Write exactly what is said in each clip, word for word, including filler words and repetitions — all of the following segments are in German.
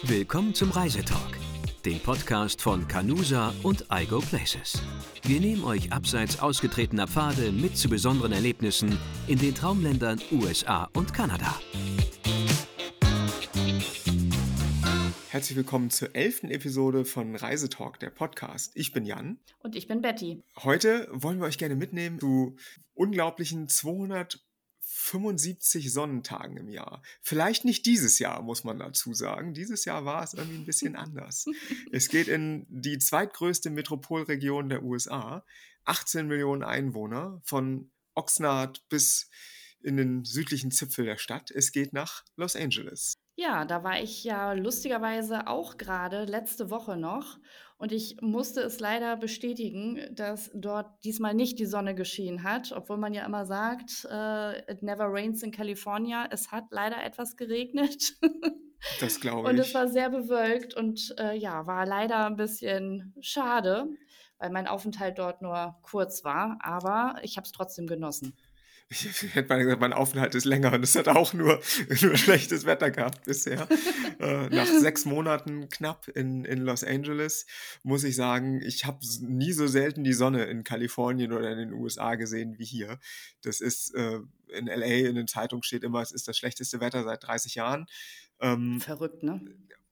Willkommen zum Reisetalk, dem Podcast von Canusa und I Go Places. Wir nehmen euch abseits ausgetretener Pfade mit zu besonderen Erlebnissen in den Traumländern U S A und Kanada. Herzlich willkommen zur elften Episode von Reisetalk, der Podcast. Ich bin Jan. Und ich bin Betty. Heute wollen wir euch gerne mitnehmen zu unglaublichen zweihundertfünfundsiebzig Sonnentagen im Jahr. Vielleicht nicht dieses Jahr, muss man dazu sagen. Dieses Jahr war es irgendwie ein bisschen anders. Es geht in die zweitgrößte Metropolregion der U S A. achtzehn Millionen Einwohner, von Oxnard bis in den südlichen Zipfel der Stadt. Es geht nach Los Angeles. Ja, da war ich ja lustigerweise auch gerade letzte Woche noch und ich musste es leider bestätigen, dass dort diesmal nicht die Sonne geschienen hat, obwohl man ja immer sagt, äh, it never rains in California. Es hat leider etwas geregnet. Das glaube Und es ich. war sehr bewölkt und äh, ja, war leider ein bisschen schade, weil mein Aufenthalt dort nur kurz war, aber ich habe es trotzdem genossen. Ich hätte mal gesagt, mein Aufenthalt ist länger und es hat auch nur, nur schlechtes Wetter gehabt bisher. Äh, nach sechs Monaten knapp in, in Los Angeles muss ich sagen, ich habe nie so selten die Sonne in Kalifornien oder in den U S A gesehen wie hier. Das ist äh, in L A, in den Zeitungen steht immer, es ist das schlechteste Wetter seit dreißig Jahren. Ähm, Verrückt, ne?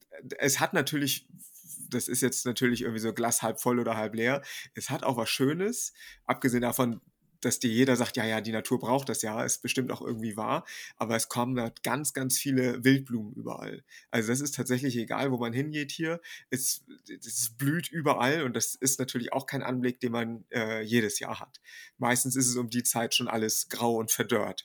Es hat natürlich, das ist jetzt natürlich irgendwie so Glas halb voll oder halb leer, es hat auch was Schönes, abgesehen davon, dass dir jeder sagt, ja, ja, die Natur braucht das ja, ist bestimmt auch irgendwie wahr, aber es kommen da ganz, ganz viele Wildblumen überall. Also das ist tatsächlich egal, wo man hingeht hier, es, es blüht überall und das ist natürlich auch kein Anblick, den man äh, jedes Jahr hat. Meistens ist es um die Zeit schon alles grau und verdörrt.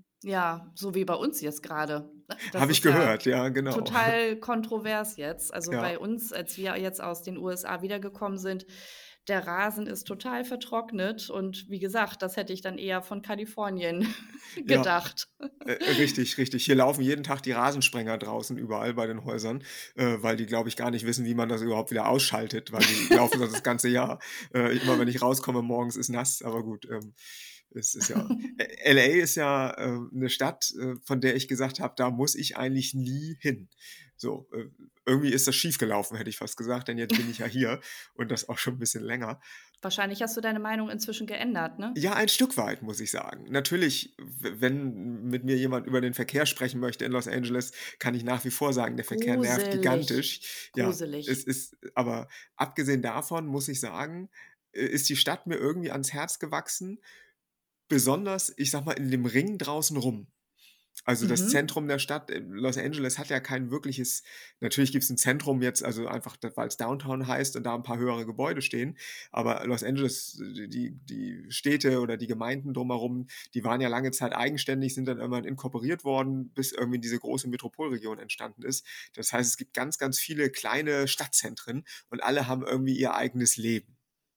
Ja, so wie bei uns jetzt gerade. Das Habe ich ist ja gehört, ja, genau. total kontrovers jetzt. Also Ja. bei uns, als wir jetzt aus den U S A wiedergekommen sind, der Rasen ist total vertrocknet und wie gesagt, das hätte ich dann eher von Kalifornien Ja, gedacht. äh, richtig, richtig. Hier laufen jeden Tag die Rasensprenger draußen überall bei den Häusern, äh, weil die, glaube ich, gar nicht wissen, wie man das überhaupt wieder ausschaltet, weil die laufen sonst das ganze Jahr. Äh, immer wenn ich rauskomme, morgens ist nass, aber gut, ähm, es ist ja. Äh, L A ist ja äh, eine Stadt, äh, von der ich gesagt habe, da muss ich eigentlich nie hin. So, äh, irgendwie ist das schiefgelaufen, hätte ich fast gesagt, denn jetzt bin ich ja hier und das auch schon ein bisschen länger. Wahrscheinlich hast du deine Meinung inzwischen geändert, ne? Ja, ein Stück weit, muss ich sagen. Natürlich, w wenn mit mir jemand über den Verkehr sprechen möchte in Los Angeles, kann ich nach wie vor sagen, der Verkehr nervt Gruselig. gigantisch. Ja, es Gruselig. ist aber abgesehen davon muss ich sagen, äh, ist die Stadt mir irgendwie ans Herz gewachsen, besonders, ich sage mal, in dem Ring draußen rum. Also das Mhm. Zentrum der Stadt, äh, Los Angeles hat ja kein wirkliches, natürlich gibt es ein Zentrum jetzt, also einfach, weil es Downtown heißt und da ein paar höhere Gebäude stehen, aber Los Angeles, äh, die die Städte oder die Gemeinden drumherum, die waren ja lange Zeit eigenständig, sind dann irgendwann inkorporiert worden, bis irgendwie diese große Metropolregion entstanden ist. Das heißt, es gibt ganz, ganz viele kleine Stadtzentren und alle haben irgendwie ihr eigenes Leben.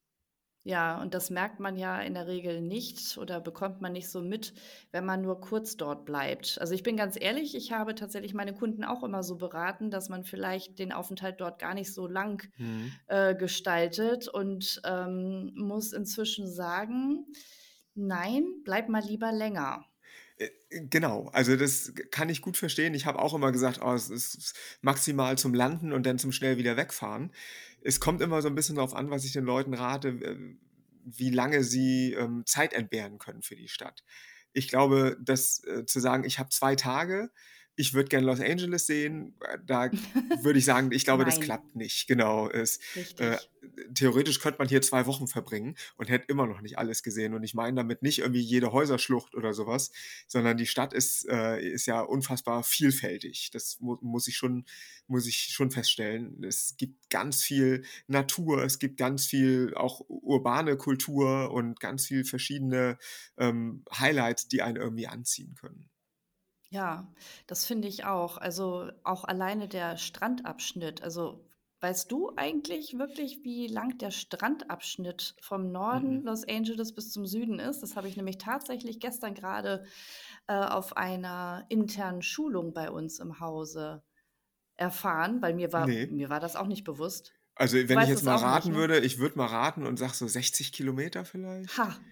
Ja, und das merkt man ja in der Regel nicht oder bekommt man nicht so mit, wenn man nur kurz dort bleibt. Also ich bin ganz ehrlich, ich habe tatsächlich meine Kunden auch immer so beraten, dass man vielleicht den Aufenthalt dort gar nicht so lang Mhm. äh, gestaltet und ähm, muss inzwischen sagen, nein, bleib mal lieber länger. Äh, genau, also das kann ich gut verstehen. Ich habe auch immer gesagt: „Oh, es ist maximal zum Landen und dann zum schnell wieder wegfahren.“ Es kommt immer so ein bisschen drauf an, was ich den Leuten rate, äh, wie lange sie, ähm, Zeit entbehren können für die Stadt. Ich glaube, dass, äh, zu sagen: „Ich habe zwei Tage, ich würde gerne Los Angeles sehen“, äh, da würde ich sagen, ich glaube, das Nein, klappt nicht. Genau, es äh, richtig. theoretisch könnte man hier zwei Wochen verbringen und hätte immer noch nicht alles gesehen. Und ich meine damit nicht irgendwie jede Häuserschlucht oder sowas, sondern die Stadt ist, äh, ist ja unfassbar vielfältig. Das mu muss ich schon muss ich schon feststellen. Es gibt ganz viel Natur, es gibt ganz viel auch urbane Kultur und ganz viel verschiedene, ähm, Highlights, die einen irgendwie anziehen können. Ja, das finde ich auch. Also, auch alleine der Strandabschnitt. Also, weißt du eigentlich wirklich, wie lang der Strandabschnitt vom Norden Mhm. Los Angeles bis zum Süden ist? Das habe ich nämlich tatsächlich gestern gerade äh, auf einer internen Schulung bei uns im Hause erfahren, weil mir war Ne. mir war das auch nicht bewusst. Also, Du wenn ich weißt jetzt es mal auch nicht, raten ne? würde, ich würde mal raten und sage so sechzig Kilometer vielleicht? Ha,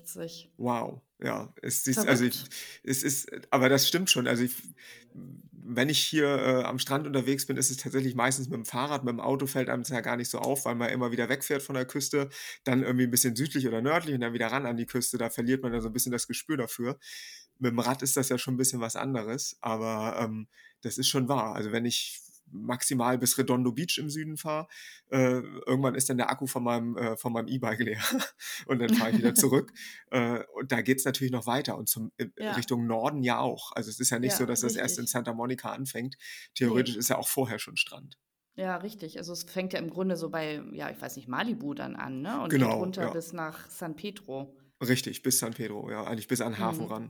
hundertsechzig. Wow, ja, es ist also, ich Verrückt. es ist aber das stimmt schon. Also, ich wenn ich hier, äh, am Strand unterwegs bin, ist es tatsächlich meistens mit dem Fahrrad. Mit dem Auto fällt einem das ja gar nicht so auf, weil man immer wieder wegfährt von der Küste, dann irgendwie ein bisschen südlich oder nördlich und dann wieder ran an die Küste. Da verliert man dann so ein bisschen das Gespür dafür. Mit dem Rad ist das ja schon ein bisschen was anderes, aber, ähm, das ist schon wahr. Also, wenn ich maximal bis Redondo Beach im Süden fahre, äh, irgendwann ist dann der Akku von meinem äh, von meinem E-Bike leer und dann fahre ich wieder zurück. Äh, und da geht's natürlich noch weiter und zum äh, Ja, Richtung Norden ja auch. Also, es ist ja nicht so, ja, dass das erst in richtig. Santa Monica anfängt. Theoretisch Ne, ist ja auch vorher schon Strand. ja, richtig. Also, es fängt ja im Grunde so bei, ja, ich weiß nicht, Malibu dann an, ne, und geht Genau, runter ja. bis nach San Pedro. Richtig, bis San Pedro, ja, eigentlich bis an den Hafen Mhm. ran.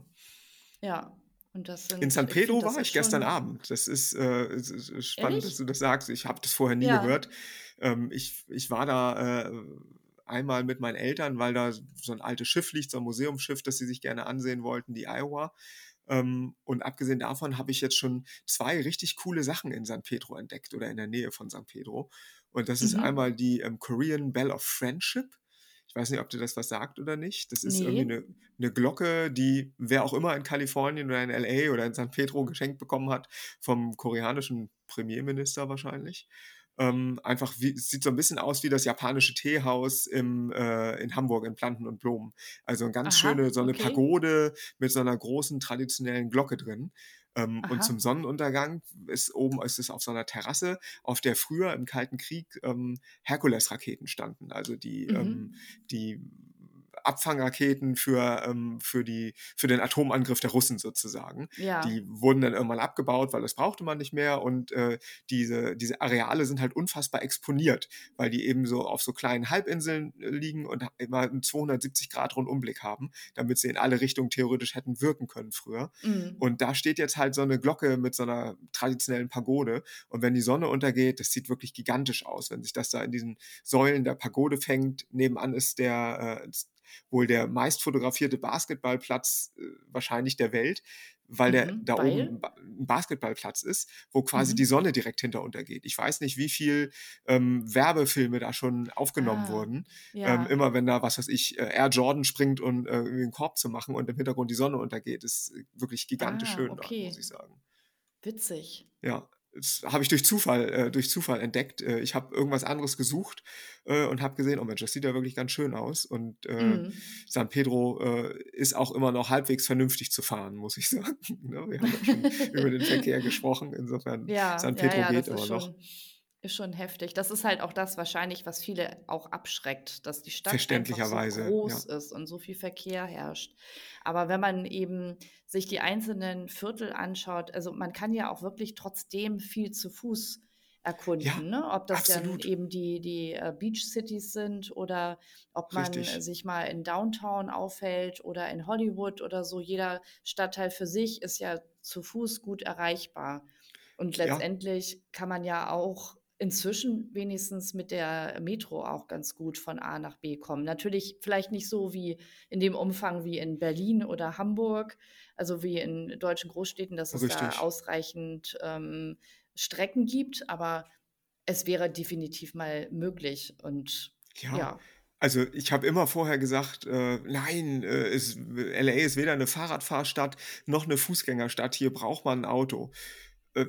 Ja, und das In sind San ich finde, Pedro das war ist ich gestern schon Abend. Das ist, äh, es ist ist spannend, dass ehrlich? du das sagst. Ich habe das vorher nie Ja. gehört. Ähm, ich ich war da, äh, einmal mit meinen Eltern, weil da so 'n altes Schiff liegt, so 'n Museumsschiff, das sie sich gerne ansehen wollten, die Iowa. Ähm, und abgesehen davon habe ich jetzt schon zwei richtig coole Sachen in San Pedro entdeckt oder in der Nähe von San Pedro. Und das ist Mhm. einmal die, ähm, Korean Bell of Friendship. Ich weiß nicht, ob dir das was sagt oder nicht. Das ist irgendwie Ne? 'ne 'ne Glocke, die wer auch immer in Kalifornien oder in L A oder in San Pedro geschenkt bekommen hat, vom koreanischen Premierminister wahrscheinlich. Ähm, einfach wie es sieht so 'n bisschen aus wie das japanische Teehaus im äh, in Hamburg in Planten und Blumen. Also 'n ganz schöne Aha, so 'ne okay. Pagode mit so 'ner großen traditionellen Glocke drin. Ähm, und zum Aha. Sonnenuntergang ist oben ist es auf so 'ner Terrasse, auf der früher im Kalten Krieg, ähm, Herkulesraketen standen. Also die, ähm Mhm. die Abfangraketen für, ähm, für, die, für den Atomangriff der Russen sozusagen. Ja. Die wurden dann irgendwann abgebaut, weil das brauchte man nicht mehr und äh, diese, diese Areale sind halt unfassbar exponiert, weil die eben so auf so kleinen Halbinseln äh, liegen und immer einen zweihundertsiebzig Grad Rundumblick haben, damit sie in alle Richtungen theoretisch hätten wirken können früher. Mhm. Und da steht jetzt halt so eine Glocke mit so einer traditionellen Pagode und wenn die Sonne untergeht, das sieht wirklich gigantisch aus, wenn sich das da in diesen Säulen der Pagode fängt. Nebenan ist der äh, wohl der meist fotografierte Basketballplatz äh, wahrscheinlich der Welt, weil der Mhm. da oben 'n Weil? Ba 'n Basketballplatz ist, wo quasi die Mhm. Sonne direkt hinter untergeht. Ich weiß nicht, wie viel, ähm, Werbefilme da schon aufgenommen Ah, wurden. Ähm, ja, immer wenn da, was weiß ich, äh, Air Jordan springt und, äh, irgendwie 'n Korb zu machen und im Hintergrund die Sonne untergeht, ist äh, wirklich gigantisch ah, schön dort, muss okay, ich sagen. witzig. Ja, das habe ich durch Zufall äh, durch Zufall entdeckt. Äh, ich habe irgendwas anderes gesucht, äh, und habe gesehen: „Oh Mensch, das sieht ja wirklich ganz schön aus.“ Und, äh, Mhm. San Pedro, äh, ist auch immer noch halbwegs vernünftig zu fahren, muss ich sagen, ne? Wir haben ja schon über den Verkehr gesprochen. Insofern, Ja, San ja, Pedro ja, geht das ist immer noch. schon ist schon heftig. Das ist halt auch das wahrscheinlich, was viele auch abschreckt, dass die Stadt einfach so Verständlicherweise, groß ja. ist und so viel Verkehr herrscht. Aber wenn man eben sich die einzelnen Viertel anschaut, also, man kann ja auch wirklich trotzdem viel zu Fuß Ja, erkunden, ne? Ob das dann absolut. eben die die, äh, Beach Cities sind oder ob man äh, Richtig. sich mal in Downtown aufhält oder in Hollywood oder so. Jeder Stadtteil für sich ist ja zu Fuß gut erreichbar. Und Ja, letztendlich kann man ja auch inzwischen wenigstens mit der Metro auch ganz gut von A nach B kommen. Natürlich vielleicht nicht so wie in dem Umfang wie in Berlin oder Hamburg, also wie in deutschen Großstädten, dass es da richtig. ausreichend, ähm, Strecken gibt, aber es wäre definitiv mal möglich und Ja, ja. also ich habe immer vorher gesagt, äh, nein, äh, es, L A ist weder eine Fahrradfahrstadt noch eine Fußgängerstadt. Hier braucht man ein Auto. Äh,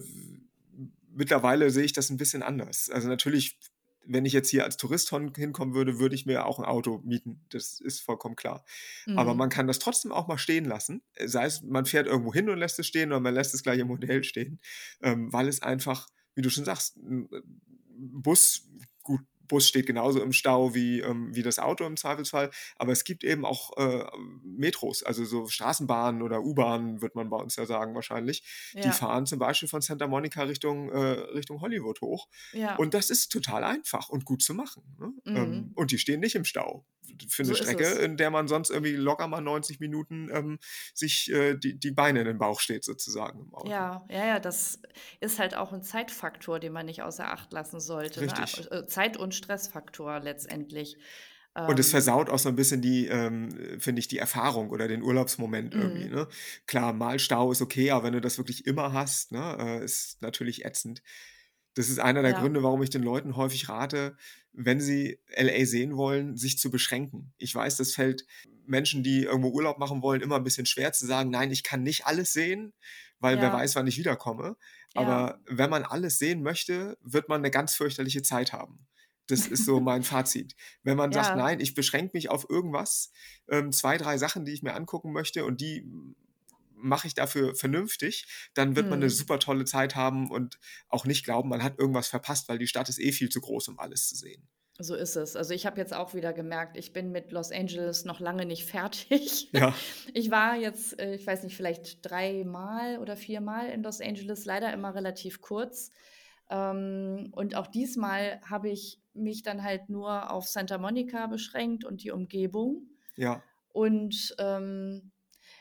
Mittlerweile sehe ich das ein bisschen anders. Also natürlich, wenn ich jetzt hier als Tourist hon hinkommen würde, würde ich mir auch ein Auto mieten. Das ist vollkommen klar. Aber man Mhm. kann das trotzdem auch mal stehen lassen. Äh, sei es, man fährt irgendwo hin und lässt es stehen oder man lässt es gleich im Hotel stehen, ähm, weil es einfach, wie du schon sagst, 'n, äh, Bus gut, Bus steht genauso im Stau wie, ähm, wie das Auto im Zweifelsfall, aber es gibt eben auch, äh, Metros, also so Straßenbahnen oder U-Bahnen, wird man bei uns ja sagen wahrscheinlich. Die Ja, fahren zum Beispiel von Santa Monica Richtung, äh, Richtung Hollywood hoch. ja. Und das ist total einfach und gut zu machen, ne? Ähm, Mhm. und die stehen nicht im Stau. Für eine So ist Strecke, es. in der man sonst irgendwie locker mal neunzig Minuten, ähm, sich, äh, die die Beine in den Bauch steht sozusagen im Auto. Ja, ja, ja, das ist halt auch 'n Zeitfaktor, den man nicht außer Acht lassen sollte, ne? A Richtig. äh, Zeit und Stressfaktor letztendlich. Und es Ähm, versaut auch so 'n bisschen die, ähm, finde ich, die Erfahrung oder den Urlaubsmoment irgendwie, mhm, ne? Klar, mal Stau ist okay, aber wenn du das wirklich immer hast, ne, äh, ist natürlich ätzend. Das ist einer der ja, Gründe, warum ich den Leuten häufig rate, wenn sie L A sehen wollen, sich zu beschränken. Ich weiß, das fällt Menschen, die irgendwo Urlaub machen wollen, immer 'n bisschen schwer zu sagen: „Nein, ich kann nicht alles sehen.“ weil wer Ja, weiß, wann ich wiederkomme. ja. Aber wenn man alles sehen möchte, wird man eine ganz fürchterliche Zeit haben. Das ist so mein Fazit. Wenn man sagt: Ja, „Nein, ich beschränke mich auf irgendwas, ähm, zwei, drei Sachen, die ich mir angucken möchte und die mache ich dafür vernünftig“, dann wird man eine mhm. super tolle Zeit haben und auch nicht glauben, man hat irgendwas verpasst, weil die Stadt ist eh viel zu groß, um alles zu sehen. So ist es. Also, ich habe jetzt auch wieder gemerkt, ich bin mit Los Angeles noch lange nicht fertig. Ja, Ich war jetzt, äh, ich weiß nicht, vielleicht dreimal oder viermal in Los Angeles, leider immer relativ kurz. Ähm, und auch diesmal habe ich mich dann halt nur auf Santa Monica beschränkt und die Umgebung ja, und, ähm,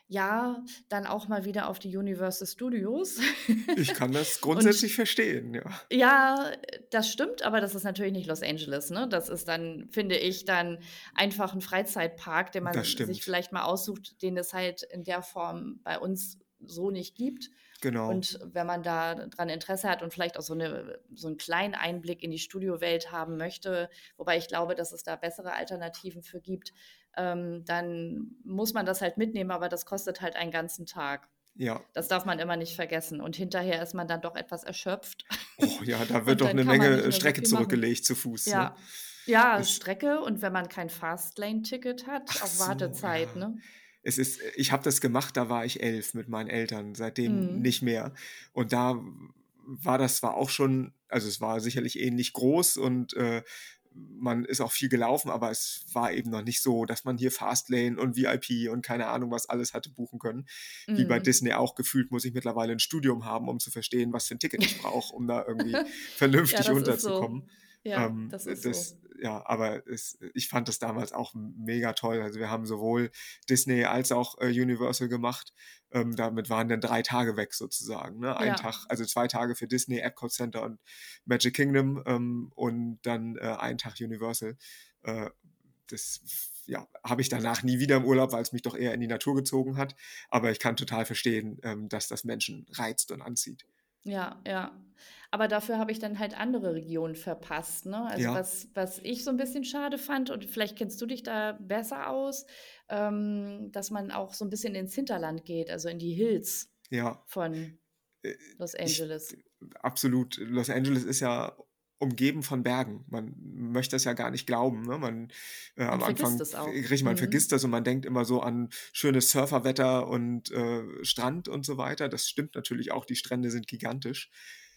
ja, dann auch mal wieder auf die Universal Studios. ich kann das Und grundsätzlich verstehen, ja. ja, das stimmt, aber das ist natürlich nicht Los Angeles, ne? Das ist dann, finde ich, dann einfach 'n Freizeitpark, den Das man sich stimmt. vielleicht mal aussucht, den es halt in der Form bei uns so nicht gibt. Genau. Und wenn man da dran Interesse hat und vielleicht auch so 'ne so 'n kleinen Einblick in die Studiowelt haben möchte, wobei ich glaube, dass es da bessere Alternativen für gibt, ähm, dann muss man das halt mitnehmen, aber das kostet halt einen ganzen Tag. Ja. Das darf man immer nicht vergessen. Und hinterher ist man dann doch etwas erschöpft. Oh ja, da wird Und doch dann eine kann man Menge, nicht äh, mehr so Strecke viel machen. zurückgelegt zu Fuß, ne? Ja. Ja, Es Strecke und wenn man kein Fastlane-Ticket hat, Ach auch so, Wartezeit, ja. ne? Es ist ich habe das gemacht, da war ich elf mit meinen Eltern, seitdem Mhm. nicht mehr. Und da war das zwar auch schon, also, es war sicherlich ähnlich groß und, äh, man ist auch viel gelaufen, aber es war eben noch nicht so, dass man hier Fastlane und V I P und keine Ahnung was alles hatte buchen können. Wie bei Mhm. Disney auch, gefühlt muss ich mittlerweile 'n Studium haben, um zu verstehen, was für 'n Ticket ich brauche, um da irgendwie Ja, vernünftig das ist unterzukommen. so. Ja, Ähm, das ist das so. ja, aber es ich fand das damals auch mega toll. Also, wir haben sowohl Disney als auch, äh, Universal gemacht. Ähm, damit waren dann drei Tage weg sozusagen, ne? Ein Ja. Tag, also zwei Tage für Disney, Epcot Center und Magic Kingdom, ähm, und dann, äh, ein Tag Universal. Äh, das ja, habe ich danach nie wieder im Urlaub, weil es mich doch eher in die Natur gezogen hat. Aber ich kann total verstehen, ähm, dass das Menschen reizt und anzieht. Ja, ja. Aber dafür habe ich dann halt andere Regionen verpasst, ne? Also, Ja, was was ich so 'n bisschen schade fand und vielleicht kennst du dich da besser aus, ähm, dass man auch so 'n bisschen ins Hinterland geht, also in die Hills ja. von Äh, Los ich Angeles. absolut. Los Angeles ist ja umgeben von Bergen. Man möchte das ja gar nicht glauben, ne? Man äh, Man am vergisst Anfang es auch. richtig, man vergisst Mhm. das und man denkt immer so an schönes Surferwetter und, äh, Strand und so weiter. Das stimmt natürlich auch, die Strände sind gigantisch.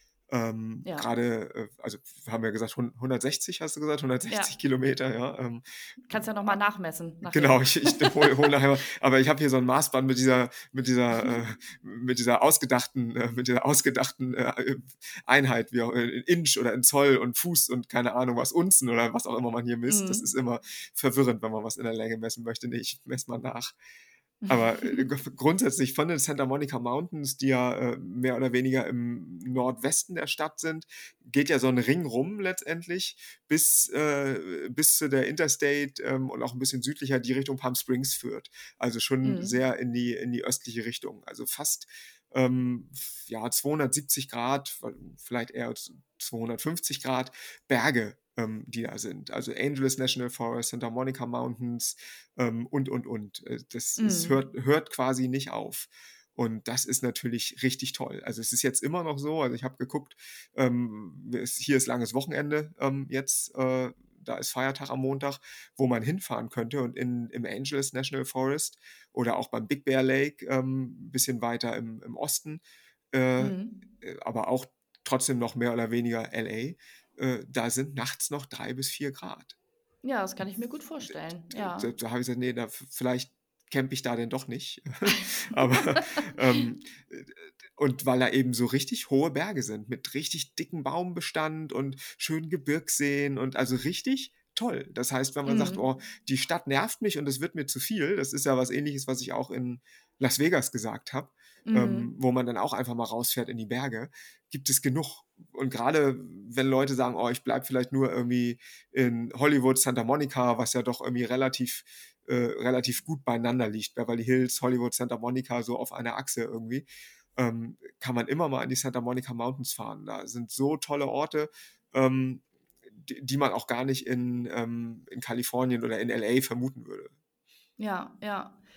Ähm, Ja, grade, äh also, haben wir gesagt, hun hundertsechzig hast du gesagt? hundertsechzig ja. Kilometer, ja, ähm, Kannst ja noch mal nachmessen nachher. genau, ich ich hole hole nachher mal, aber ich habe hier so 'n Maßband mit dieser mit dieser, äh mit dieser ausgedachten äh, mit dieser ausgedachten, äh, Einheit, wie auch in Inch oder in Zoll und Fuß und keine Ahnung was, Unzen oder was auch immer man hier misst. Das ist Mhm. immer verwirrend, wenn man was in der Länge messen möchte. Ne, ich messe mal nach. Aber, äh, g grundsätzlich von den Santa Monica Mountains, die ja, äh, mehr oder weniger im Nordwesten der Stadt sind, geht ja so 'n Ring rum letztendlich bis, äh bis zu der Interstate, ähm, und auch 'n bisschen südlicher, die Richtung Palm Springs führt. Also, schon Mhm. sehr in die in die östliche Richtung. Also, fast, ähm, f ja, zweihundertsiebzig Grad, v vielleicht eher z zweihundertfünfzig Grad Berge, ähm, die da sind. Also, Angeles National Forest, Santa Monica Mountains, ähm, und, und, und. Äh, das es hört Mhm. hört quasi nicht auf. Und das ist natürlich richtig toll. Also, es ist jetzt immer noch so, also, ich habe geguckt, ähm, es hier ist langes Wochenende, ähm, jetzt, äh, da ist Feiertag am Montag, wo man hinfahren könnte und in im Angeles National Forest oder auch beim Big Bear Lake, ähm, bisschen weiter im im Osten, äh, äh, Mhm. aber auch trotzdem noch mehr oder weniger L A, äh, da sind nachts noch drei bis vier Grad. Ja, das kann ich mir gut vorstellen, Da ja. da habe ich gesagt: „Ne, da v vielleicht campe ich da denn doch nicht.“ Aber, ähm, äh, und weil da eben so richtig hohe Berge sind mit richtig dicken Baumbestand und schönen Gebirgsseen und also richtig toll. Das heißt, wenn man sagt: Mhm. „Oh, die Stadt nervt mich und es wird mir zu viel“, das ist ja was Ähnliches, was ich auch in Las Vegas gesagt habe, ähm, Mhm. wo man dann auch einfach mal rausfährt in die Berge, gibt es genug. Und grade wenn Leute sagen: „Oh, ich bleibe vielleicht nur irgendwie in Hollywood, Santa Monica“, was ja doch irgendwie relativ äh, relativ gut beieinander liegt. Beverly Hills, Hollywood, Santa Monica, so auf einer Achse irgendwie. Ähm, kann man immer mal in die Santa Monica Mountains fahren. Da sind so tolle Orte, ähm, die, die man auch gar nicht in, ähm, in Kalifornien oder in L A vermuten würde. Ja, ja.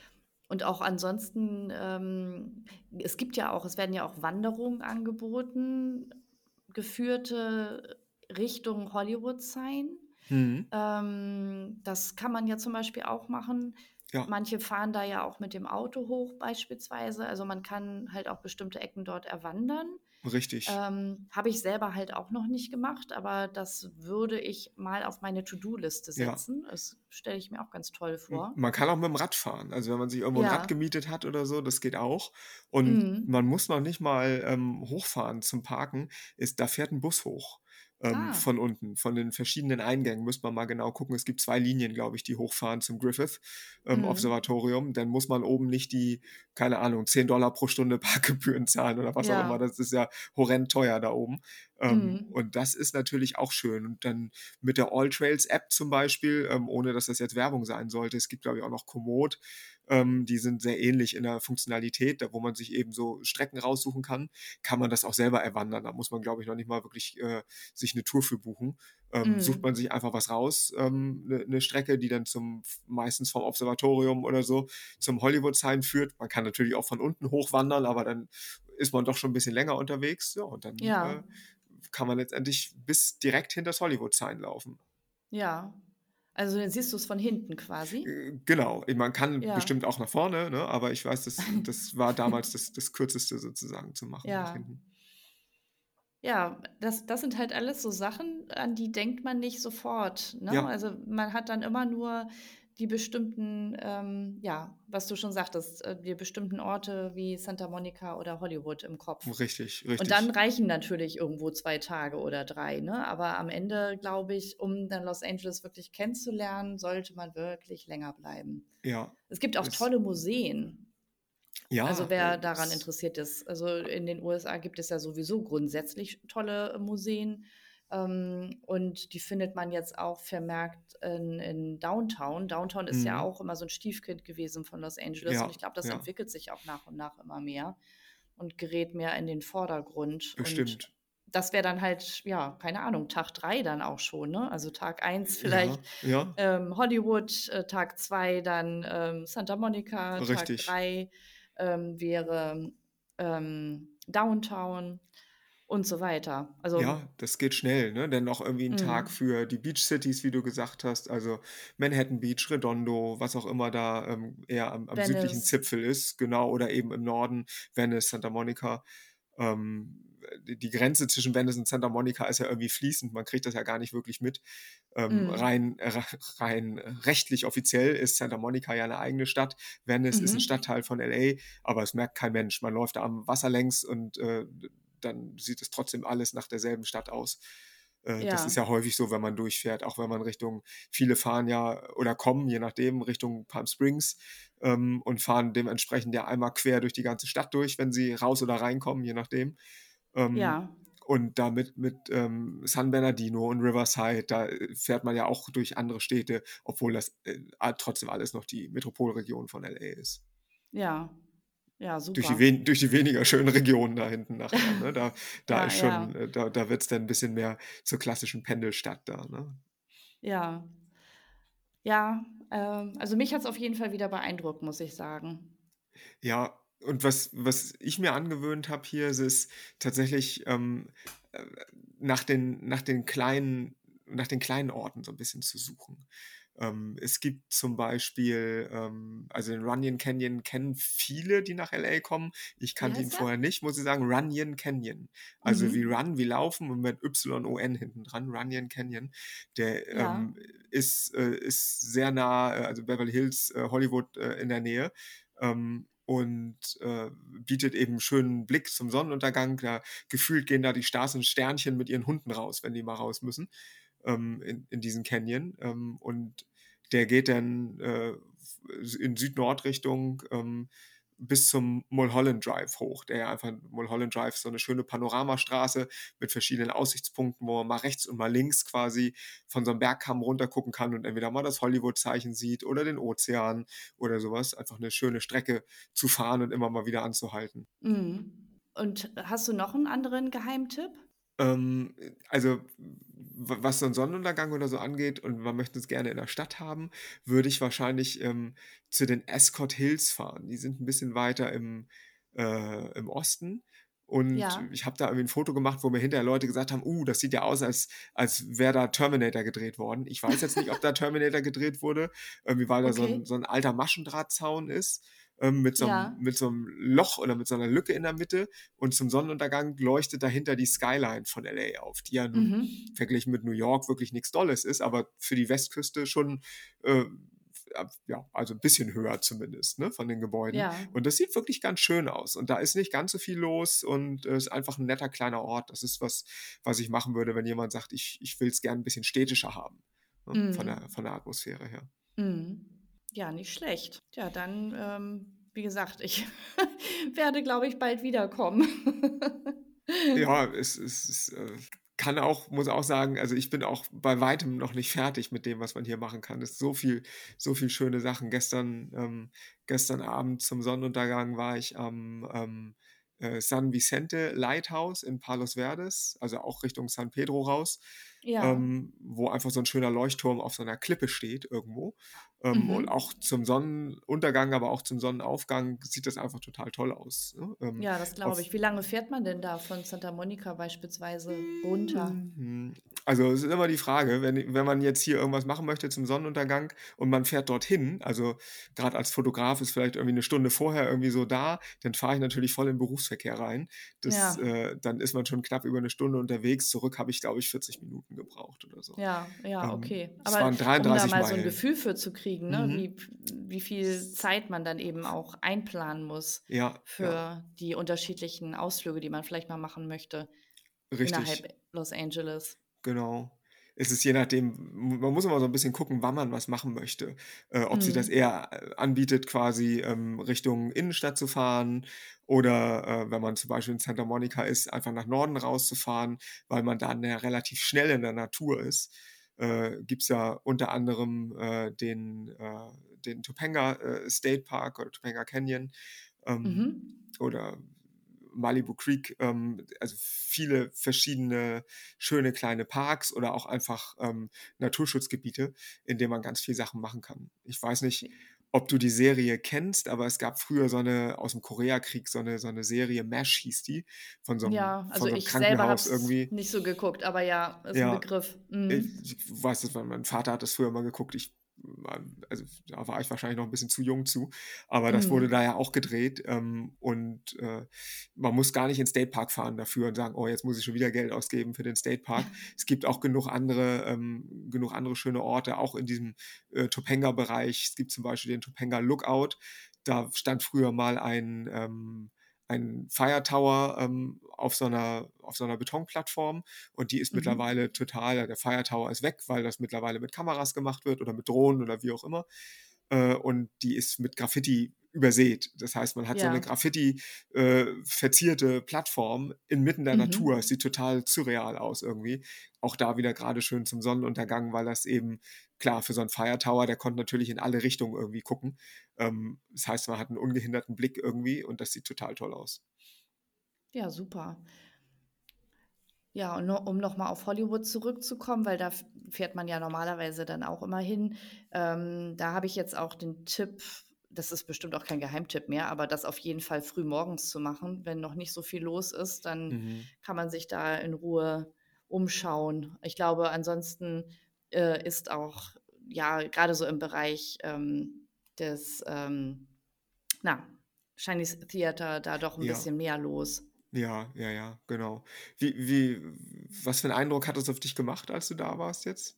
Und auch ansonsten, ähm, es gibt ja auch es werden ja auch Wanderungen angeboten, geführte Richtung Hollywood Sign. Mhm. Ähm, das kann man ja zum Beispiel auch machen. Ja, Manche fahren da ja auch mit dem Auto hoch beispielsweise. Also, man kann halt auch bestimmte Ecken dort erwandern. richtig. Ähm, habe ich selber halt auch noch nicht gemacht, aber das würde ich mal auf meine To-do-Liste Ja. setzen. Das stelle ich mir auch ganz toll M vor. man kann auch mit dem Rad fahren. Also, wenn man sich irgendwo 'n Rad Ja. gemietet hat oder so, das geht auch. Und Mhm. man muss noch nicht mal, ähm, hochfahren zum Parken. Ist da fährt 'n Bus hoch, ähm, Ah, von unten. Von den verschiedenen Eingängen müsste man mal genau gucken. Es gibt zwei Linien, glaube ich, die hochfahren zum Griffith, ähm, mhm. Observatorium. Dann muss man oben nicht die, keine Ahnung, zehn Dollar pro Stunde Parkgebühren zahlen oder was auch immer. Ja. Das ist ja horrend teuer da oben. Ähm, Mhm. und das ist natürlich auch schön. Und dann mit der AllTrails-App zum Beispiel, ähm, ohne dass das jetzt Werbung sein sollte. Es gibt, glaube ich, auch noch Komoot. Ähm, die sind sehr ähnlich in der Funktionalität, da wo man sich eben so Strecken raussuchen kann, kann man das auch selber erwandern. Da muss man, glaube ich, noch nicht mal wirklich äh, sich eine Tour für buchen. Ähm, sucht Mhm. man sich einfach was raus, ähm, 'ne 'ne Strecke, die dann zum meistens vom Observatorium oder so zum Hollywood Sign führt. Man kann natürlich auch von unten hochwandern, aber dann ist man doch schon ein bisschen länger unterwegs. Ja, und dann Ja, äh, kann man letztendlich bis direkt hinter das Hollywood Sign laufen. ja. Also, dann siehst du's von hinten quasi? Äh, genau, man kann Ja. bestimmt auch nach vorne, ne, aber ich weiß, das das war damals das das Kürzeste sozusagen zu machen nach Ja. hinten. Ja, das das sind halt alles so Sachen, an die denkt man nicht sofort, ne? Ja, Also, man hat dann immer nur die bestimmten, ähm, ja, was du schon sagtest, äh, die bestimmten Orte wie Santa Monica oder Hollywood im Kopf. richtig, Und dann richtig. reichen natürlich irgendwo zwei Tage oder drei, ne? Aber am Ende glaube ich, um dann Los Angeles wirklich kennenzulernen, sollte man wirklich länger bleiben. Ja, Es gibt auch es tolle Museen. Also, ja, äh, wer daran es interessiert ist. Also, in den U S A gibt es ja sowieso grundsätzlich tolle Museen, ähm, und die findet man jetzt auch vermerkt in in Downtown. Downtown ist ja mhm, auch immer so 'n Stiefkind gewesen von Los Angeles und ja, ich glaube, das ja, entwickelt sich auch nach und nach immer mehr und gerät mehr in den Vordergrund. Und bestimmt. das wäre dann halt, ja, keine Ahnung, Tag drei dann auch schon, ne? Also, Tag eins vielleicht, Ja, ja, ähm, Hollywood, äh, Tag zwei dann, ähm, Santa Monica, Tag richtig. drei ähm, wäre, ähm, Downtown und so weiter. Also Ja, das geht schnell, ne? Dann noch irgendwie 'n Tag mhm, für die Beach Cities, wie du gesagt hast, also Manhattan Beach, Redondo, was auch immer da, ähm, eher am am südlichen Venice. Zipfel ist, genau, oder eben im Norden, Venice, Santa Monica. Ähm, die die Grenze zwischen Venice und Santa Monica ist ja irgendwie fließend, man kriegt das ja gar nicht wirklich mit. Ähm, Mhm. rein äh, rein rechtlich offiziell ist Santa Monica ja 'ne eigene Stadt. Venice ist 'n Mhm. Stadtteil von L A, aber es merkt kein Mensch. Man läuft da am Wasser längs und, äh, dann sieht es trotzdem alles nach derselben Stadt aus. Äh, das ist Ja, ja häufig so, wenn man durchfährt, auch wenn man Richtung viele fahren ja oder kommen, je nachdem, Richtung Palm Springs, ähm, und fahren dementsprechend ja einmal quer durch die ganze Stadt durch, wenn sie raus oder reinkommen, je nachdem. Ähm, ja, und damit mit, ähm, San Bernardino und Riverside, da, äh, fährt man ja auch durch andere Städte, obwohl das, äh, a trotzdem alles noch die Metropolregion von L A ist. ja, ja, Durch die super. wen durch die weniger schönen Regionen da hinten nachher, ne? Da da Ja, ist schon ja, äh, da da wird's dann 'n bisschen mehr zur klassischen Pendelstadt da, ne? ja. Ja, ähm, also mich hat's auf jeden Fall wieder beeindruckt, muss ich sagen. Ja, und was was ich mir angewöhnt habe hier, ist es tatsächlich, ähm, äh, nach den nach den kleinen nach den kleinen Orten so ein bisschen zu suchen. Ähm, es gibt zum Beispiel, ähm also, den Runyon Canyon kennen viele, die nach L A kommen. Ich Wie kannte ihn heißt der? vorher nicht, muss ich sagen. Runyon Canyon. Also, wie Mhm. Run, wie Laufen und mit Y O N hinten dran, Runyon Canyon. Der, Ja, ähm, ist äh, ist sehr nah, äh, also, Beverly Hills, äh, Hollywood, äh, in der Nähe, ähm, und, äh, bietet eben 'n schönen Blick zum Sonnenuntergang. Da gefühlt gehen da die Stars und Sternchen mit ihren Hunden raus, wenn die mal raus müssen, ähm, in in diesen Canyon. Ähm, und der geht dann, äh, in Süd-Nord-Richtung, ähm, bis zum Mulholland Drive hoch, der ja einfach Mulholland Drive ist so eine schöne Panoramastraße mit verschiedenen Aussichtspunkten, wo man mal rechts und mal links quasi von so einem Bergkamm runter gucken kann und entweder mal das Hollywood-Zeichen sieht oder den Ozean oder sowas. Einfach eine schöne Strecke zu fahren und immer mal wieder anzuhalten. mhm. Und hast du noch 'n anderen Geheimtipp? Ähm, also w was so 'n Sonnenuntergang oder so angeht und man möchte es gerne in der Stadt haben, würde ich wahrscheinlich, ähm, zu den Ascot Hills fahren. Die sind 'n bisschen weiter im äh, im Osten und Ja. ich habe da irgendwie 'n Foto gemacht, wo mir hinterher Leute gesagt haben: „Uh, das sieht ja aus, als als wäre da Terminator gedreht worden.“ Ich weiß jetzt nicht, ob da Terminator gedreht wurde, irgendwie weil da so 'n Okay. so 'n alter Maschendrahtzaun ist, ähm, mit so 'm Ja. mit so 'm Loch oder mit so 'ner Lücke in der Mitte und zum Sonnenuntergang leuchtet dahinter die Skyline von L A auf, die ja nun Mhm. verglichen mit New York wirklich nix Dolles ist, aber für die Westküste schon, äh, ab ja, also 'n bisschen höher zumindest, ne, von den Gebäuden. Ja. Und das sieht wirklich ganz schön aus. Und da ist nicht ganz so viel los und, äh, ist einfach 'n netter kleiner Ort. Das ist was, was ich machen würde, wenn jemand sagt: „Ich ich will's gern 'n bisschen städtischer haben“, ne, von der Mhm. von der Atmosphäre her. Mhm. Ja, nicht schlecht. Ja, dann, ähm, wie gesagt, ich werde, glaube ich, bald wiederkommen. Ja, es es es, äh, kann auch muss auch sagen, also ich bin auch bei Weitem noch nicht fertig mit dem, was man hier machen kann. Es ist so viel so viel schöne Sachen. Gestern ähm, gestern Abend zum Sonnenuntergang war ich am, ähm, äh, San Vicente Lighthouse in Palos Verdes, also auch Richtung San Pedro raus, Ja. ähm, wo einfach so 'n schöner Leuchtturm auf so 'ner Klippe steht irgendwo. Ähm, und Mhm. auch zum Sonnenuntergang, aber auch zum Sonnenaufgang sieht das einfach total toll aus, ne? Ähm, Ja, das glaube auf ich. Wie lange fährt man denn da von Santa Monica beispielsweise runter? Mhm. Also, es ist immer die Frage, wenn wenn man jetzt hier irgendwas machen möchte zum Sonnenuntergang und man fährt dorthin, also grad als Fotograf ist vielleicht irgendwie 'ne Stunde vorher irgendwie so da, dann fahre ich natürlich voll in Berufsverkehr rein. Das Ja. äh, dann ist man schon knapp über 'ne Stunde unterwegs. Zurück habe ich, glaube ich, vierzig Minuten gebraucht oder so. Ja, ja, Ähm, okay. es Aber waren um da dreiunddreißig mal so 'n Meilen. Gefühl für zu kriegen, ne, Mhm. wie wie viel Zeit man dann eben auch einplanen muss Ja, ja. für die unterschiedlichen Ausflüge, die man vielleicht mal machen möchte Richtig. innerhalb Los Angeles. Genau. Es ist je nachdem m man muss immer so 'n bisschen gucken, wann man was machen möchte. Äh, ob sich das Mhm. eher, äh, anbietet, quasi, ähm, Richtung Innenstadt zu fahren oder, äh, wenn man zum Beispiel in Santa Monica ist, einfach nach Norden rauszufahren, weil man dann ja relativ schnell in der Natur ist. Äh, gibt's ja unter anderem, äh, den äh, den Topanga, äh, State Park oder Topanga Canyon, ähm, Mhm. oder Malibu Creek, ähm, also viele verschiedene schöne kleine Parks oder auch einfach, ähm, Naturschutzgebiete, in denen man ganz viel Sachen machen kann. Ich weiß nicht, ob du die Serie kennst, aber es gab früher so 'ne aus'm Koreakrieg so 'ne so 'ne Serie, MASH hieß die, von so 'nem Ja, also von so 'nem ich selber habe Krankenhaus es irgendwie. nicht so geguckt, aber ja, ist 'n Ja, Begriff. ich Mhm. weiß das, weil mein Vater hat das früher mal geguckt. Ich also da war ich wahrscheinlich noch 'n bisschen zu jung zu, aber das wurde da Mhm. ja auch gedreht, ähm, und, äh, man muss gar nicht in State Park fahren dafür und sagen: „Oh, jetzt muss ich schon wieder Geld ausgeben für den State Park.“ Es gibt auch genug andere ähm, genug andere schöne Orte, auch in diesem, äh, Topanga-Bereich. Es gibt zum Beispiel den Topanga Lookout. Da stand früher mal ein ähm, ein Fire Tower, ähm, auf so 'ner auf so 'ner Betonplattform und die ist Mhm. mittlerweile total der Fire Tower ist weg, weil das mittlerweile mit Kameras gemacht wird oder mit Drohnen oder wie auch immer. Äh, und die ist mit Graffiti übersät. Das heißt, man hat so 'ne Ja. Graffiti äh, verzierte Plattform inmitten der Natur. Es Mhm. sieht total surreal aus irgendwie. Auch da wieder grade schön zum Sonnenuntergang, weil das eben klar, für so 'n Fire Tower, der konnte natürlich in alle Richtungen irgendwie gucken. Ähm, das heißt, man hat 'n ungehinderten Blick irgendwie und das sieht total toll aus. Ja, super. Ja, und no um noch mal auf Hollywood zurückzukommen, weil da f fährt man ja normalerweise dann auch immer hin. Ähm, da habe ich jetzt auch den Tipp das ist bestimmt auch kein Geheimtipp mehr, aber das auf jeden Fall frühmorgens zu machen. Wenn noch nicht so viel los ist, dann Mhm. kann man sich da in Ruhe umschauen. Ich glaube, ansonsten, äh, ist auch, ja, grade so im Bereich, ähm, des, ähm, na, Chinese Theater da doch 'n Ja. bisschen mehr los. Ja, ja, ja, genau. Wie wie was für 'n Eindruck hat das auf dich gemacht, als du da warst jetzt?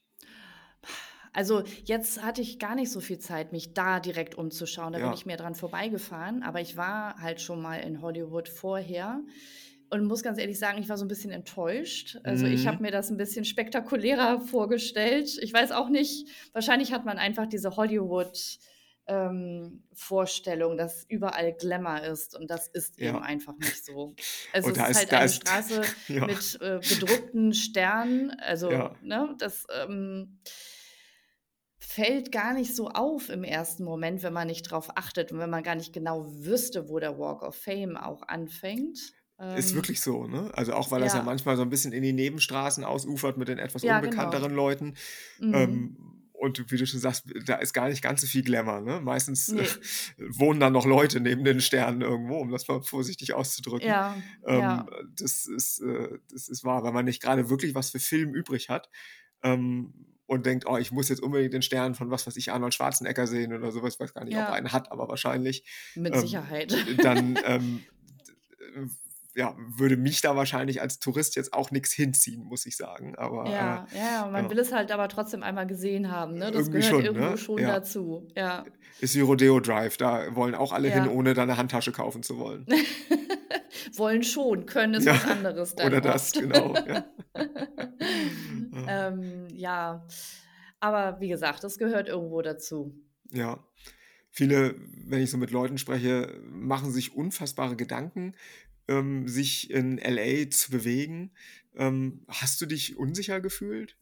Also, jetzt hatte ich gar nicht so viel Zeit, mich da direkt umzuschauen. Da bin Ja. ich mehr dran vorbeigefahren, aber ich war halt schon mal in Hollywood vorher und muss ganz ehrlich sagen, ich war so 'n bisschen enttäuscht. Also, ich habe Mhm. mir das 'n bisschen spektakulärer vorgestellt. Ich weiß auch nicht, wahrscheinlich hat man einfach diese Hollywood, ähm, Vorstellung, dass überall Glamour ist und das ist eben Ja. einfach nicht so. Also, Und es da ist halt ist da eine ist Straße ja. mit, äh, bedruckten Sternen, also, Ja. ne, das, ähm fällt gar nicht so auf im ersten Moment, wenn man nicht drauf achtet und wenn man gar nicht genau wüsste, wo der Walk of Fame auch anfängt. Ist Ähm, wirklich so, ne? Also, auch weil das ja ja, manchmal so 'n bisschen in die Nebenstraßen ausufert mit den etwas ja, genau. unbekannteren Leuten. Mhm. Ähm, und wie du schon sagst, da ist gar nicht ganz so viel Glamour, ne? Meistens, äh, Ne. wohnen dann noch Leute neben den Sternen irgendwo, um das mal vorsichtig auszudrücken. Ja, Ähm, ja. das ist äh, das ist wahr, wenn man nicht grade wirklich was für Film übrig hat, ähm, und denkt: „Oh, ich muss jetzt unbedingt den Stern von, was weiß ich, Arnold Schwarzenegger sehen“ oder so was. Ich weiß gar nicht, ob er Ja, einen hat, aber wahrscheinlich. mit Ähm, Sicherheit. dann, ähm, d äh, ja, würde mich da wahrscheinlich als Tourist jetzt auch nix hinziehen, muss ich sagen. Aber, Ja, ja, äh, man ja, will es halt aber trotzdem einmal gesehen haben, ne? Das irgendwie gehört schon, irgendwo ne? schon Ja. dazu. Ja, Ist wie Rodeo Drive, da wollen auch alle hin, ja. ohne da 'ne Handtasche kaufen zu wollen. Wollen schon, können ist Ja, was anderes dann oder das, oft. genau, ja. Ja. Ähm, ja, aber wie gesagt, das gehört irgendwo dazu. Ja. Viele, wenn ich so mit Leuten spreche, machen sich unfassbare Gedanken, ähm, sich in L A zu bewegen. Ähm, hast du dich unsicher gefühlt?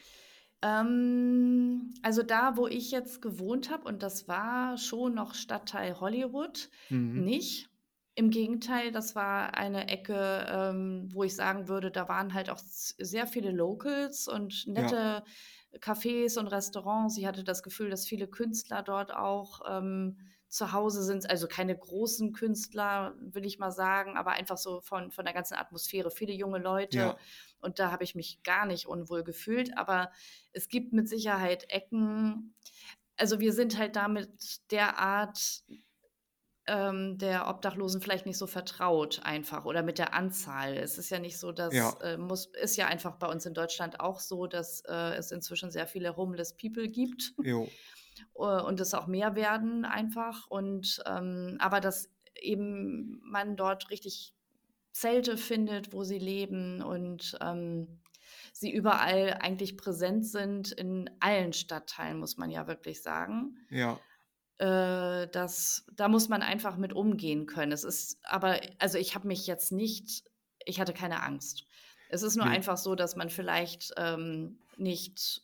Ähm, also da, wo ich jetzt gewohnt habe, und das war schon noch Stadtteil Hollywood, Mhm. nicht. Im Gegenteil, das war eine Ecke, ähm, wo ich sagen würde, da waren halt auch s sehr viele Locals und Ja, nette Cafés und Restaurants. Ich hatte das Gefühl, dass viele Künstler dort auch, ähm, zu Hause sind. Also keine großen Künstler, will ich mal sagen, aber einfach so von von der ganzen Atmosphäre. Viele junge Leute, ja, und da habe ich mich gar nicht unwohl gefühlt. Aber es gibt mit Sicherheit Ecken, also, wir sind halt da mit der Art, ähm, der Obdachlosen vielleicht nicht so vertraut einfach, oder mit der Anzahl. Es ist ja nicht so, dass ja, äh, muss ist ja einfach bei uns in Deutschland auch so, dass, äh, es inzwischen sehr viele homeless people gibt, jo, äh, und es auch mehr werden einfach, und, ähm aber dass eben man dort richtig Zelte findet, wo sie leben, und, ähm, sie überall eigentlich präsent sind, in allen Stadtteilen, muss man ja wirklich sagen. ja, Äh, das Da muss man einfach mit umgehen können. Es ist aber, also, ich habe mich jetzt nicht ich hatte keine Angst. Es ist nur ne, einfach so, dass man vielleicht, ähm, nicht,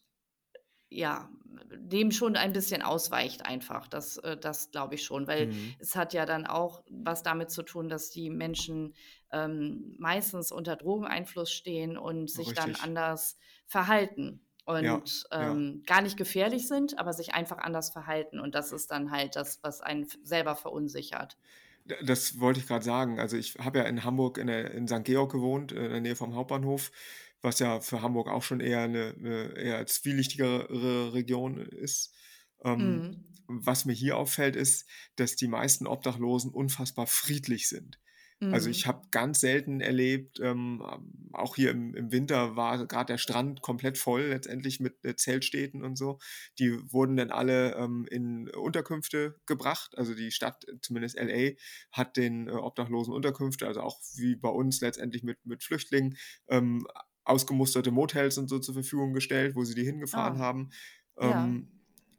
ja, dem schon ein bisschen ausweicht einfach. Das äh, das glaube ich schon, weil mhm, es hat ja dann auch was damit zu tun, dass die Menschen, ähm, meistens unter Drogeneinfluss stehen und sich dann richtig. anders verhalten Ja, und, ja. ähm, gar nicht gefährlich sind, aber sich einfach anders verhalten. Und das ist dann halt das, was einen f selber verunsichert. D das wollte ich grad sagen. Also, ich habe ja in Hamburg in der in Sankt Georg gewohnt, äh, in der Nähe vom Hauptbahnhof, was ja für Hamburg auch schon eher 'ne 'ne eher zwielichtigere Region ist. Ähm, Mhm. was mir hier auffällt, ist, dass die meisten Obdachlosen unfassbar friedlich sind. Also, ich Mhm. habe ganz selten erlebt, ähm, auch hier im im Winter war grad der Strand komplett voll letztendlich mit, äh, Zeltstädten und so. Die wurden dann alle, ähm, in Unterkünfte gebracht. Also, die Stadt, zumindest L A, hat den, äh, Obdachlosen Unterkünfte, also auch wie bei uns letztendlich mit mit Flüchtlingen, ähm, ausgemusterte Motels und so zur Verfügung gestellt, wo sie die hingefahren Oh, haben, ja. ähm,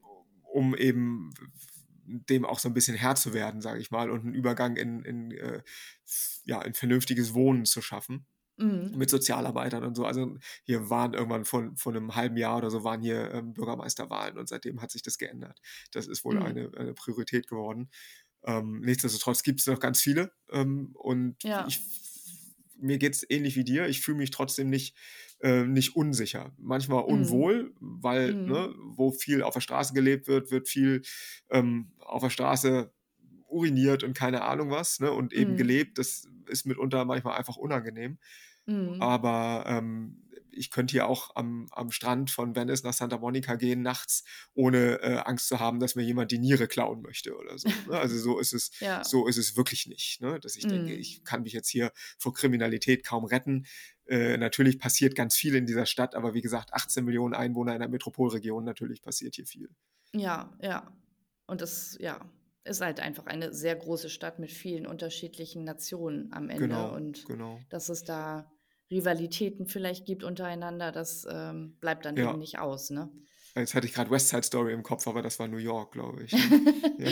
um eben dem auch so 'n bisschen Herr zu werden, sage ich mal, und 'n Übergang in in, äh, f ja, in vernünftiges Wohnen zu schaffen Mhm. mit Sozialarbeitern und so. Also, hier waren irgendwann vor vor 'nem halben Jahr oder so waren hier, ähm, Bürgermeisterwahlen und seitdem hat sich das geändert. Das ist wohl Mhm. eine eine Priorität geworden. Ähm, nichtsdestotrotz gibt's noch ganz viele, ähm, und Ja. ich mir geht's ähnlich wie dir. Ich fühle mich trotzdem nicht äh, nicht unsicher. Manchmal Mhm. unwohl, weil, Mhm. ne, wo viel auf der Straße gelebt wird, wird viel, ähm, auf der Straße uriniert und keine Ahnung was, ne, und eben Mhm. gelebt. Das ist mitunter manchmal einfach unangenehm. Mhm. Aber, ähm, ich könnte hier auch am am Strand von Venice nach Santa Monica gehen nachts, ohne, äh, Angst zu haben, dass mir jemand die Niere klauen möchte oder so, ne? Also, so ist es Ja. so ist es wirklich nicht, ne, dass ich denke, Mhm. ich kann mich jetzt hier vor Kriminalität kaum retten. Äh, natürlich passiert ganz viel in dieser Stadt, aber wie gesagt, achtzehn Millionen Einwohner in der Metropolregion, natürlich passiert hier viel. Ja, ja. Und das, ja, ist halt einfach eine sehr große Stadt mit vielen unterschiedlichen Nationen am Ende, Genau, und genau. dass es da Rivalitäten vielleicht gibt untereinander, das, ähm, bleibt dann eben Ja, nicht aus, ne? jetzt hatte ich grad West Side Story im Kopf, aber das war New York, glaube ich, ne? Ja.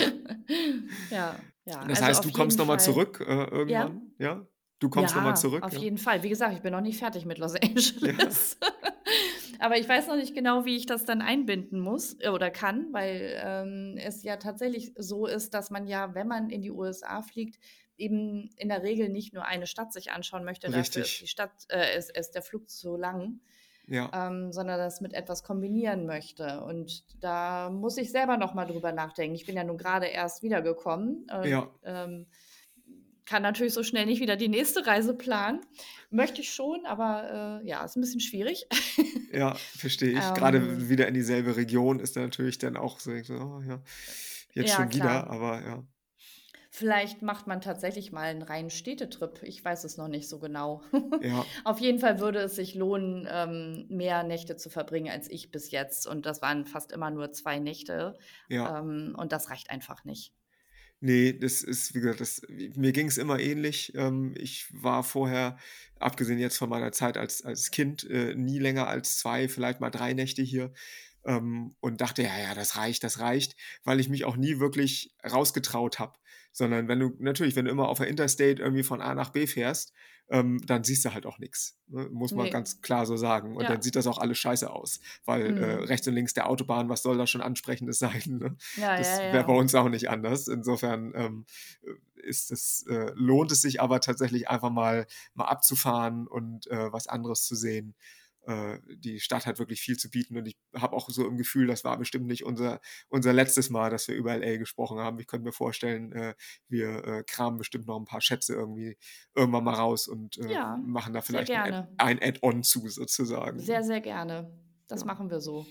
Ja, ja, Das also heißt, auf du kommst jeden noch mal Fall. zurück, äh, Ja? irgendwann, ja? Du kommst noch mal Ja, zurück, auf ja? jeden Fall. Wie gesagt, ich bin noch nicht fertig mit Los Ja, Angeles. Aber ich weiß noch nicht genau, wie ich das dann einbinden muss, äh, oder kann, weil, ähm, es ja tatsächlich so ist, dass man ja, wenn man in die U S A fliegt, eben in der Regel nicht nur eine Stadt sich anschauen möchte, dafür ist Richtig. die Stadt, äh, ist, ist der Flug zu lang, Ja, ähm, sondern das mit etwas kombinieren möchte. Und da muss ich selber noch mal drüber nachdenken. Ich bin ja nun gerade erst wiedergekommen und ja, ähm, kann natürlich so schnell nicht wieder die nächste Reise planen. Möchte ich schon, aber äh, ja, ist ein bisschen schwierig. ja, verstehe ich. Gerade Ähm, wieder in dieselbe Region ist natürlich dann auch so, so, oh ja, jetzt ja, schon wieder, klar. aber ja. Vielleicht macht man tatsächlich mal einen reinen Städtetrip. Ich weiß es noch nicht so genau. Ja, Auf jeden Fall würde es sich lohnen, ähm, mehr Nächte zu verbringen als ich bis jetzt. Und das waren fast immer nur zwei Nächte. ja. Ähm, und das reicht einfach nicht. Ne, das ist wie gesagt, das mir ging's immer ähnlich. Ähm, ich war vorher, abgesehen jetzt von meiner Zeit als als Kind, äh, nie länger als zwei, vielleicht mal drei Nächte hier, ähm, und dachte: „Ja, ja, das reicht, das reicht“, weil ich mich auch nie wirklich rausgetraut habe. Sondern wenn du natürlich, wenn du immer auf der Interstate irgendwie von A nach B fährst, ähm, dann siehst du halt auch nix, ne? Muss man Nee. ganz klar so sagen. Und dann Ja. sieht das auch alles scheiße aus, weil, äh, Mhm. rechts und links der Autobahn, was soll da schon Ansprechendes sein, ne? Ja, ja, Das wäre bei ja. uns auch nicht anders. Insofern, ähm, äh, ist es äh, lohnt es sich aber tatsächlich einfach mal mal abzufahren und, äh, was anderes zu sehen. Äh, die Stadt hat wirklich viel zu bieten und ich habe auch so im Gefühl, das war bestimmt nicht unser unser letztes Mal, dass wir über L A gesprochen haben. Ich könnte mir vorstellen, äh, wir, äh, kramen bestimmt noch ein paar Schätze irgendwie irgendwann mal raus und, äh, Ja, machen da sehr vielleicht ein Add gerne. ein Add-on zu sozusagen. Sehr, sehr gerne. Das Ja. machen wir so.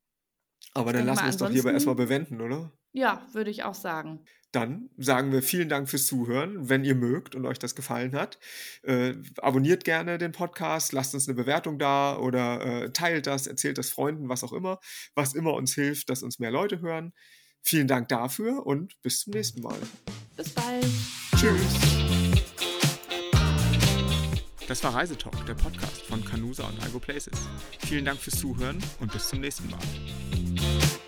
Aber Ich dann denke lassen mal, wir es doch hierbei erst mal ansonsten, bewenden, oder? ja, würde ich auch sagen. Dann sagen wir vielen Dank fürs Zuhören. Wenn ihr mögt und euch das gefallen hat, äh, abonniert gerne den Podcast, lasst uns eine Bewertung da oder äh, teilt das, erzählt das Freunden, was auch immer, was immer uns hilft, dass uns mehr Leute hören. Vielen Dank dafür und bis zum nächsten Mal. Bis bald. Tschüss. Das war Reisetalk, der Podcast von Canusa und Algo Places. Vielen Dank fürs Zuhören und bis zum nächsten Mal.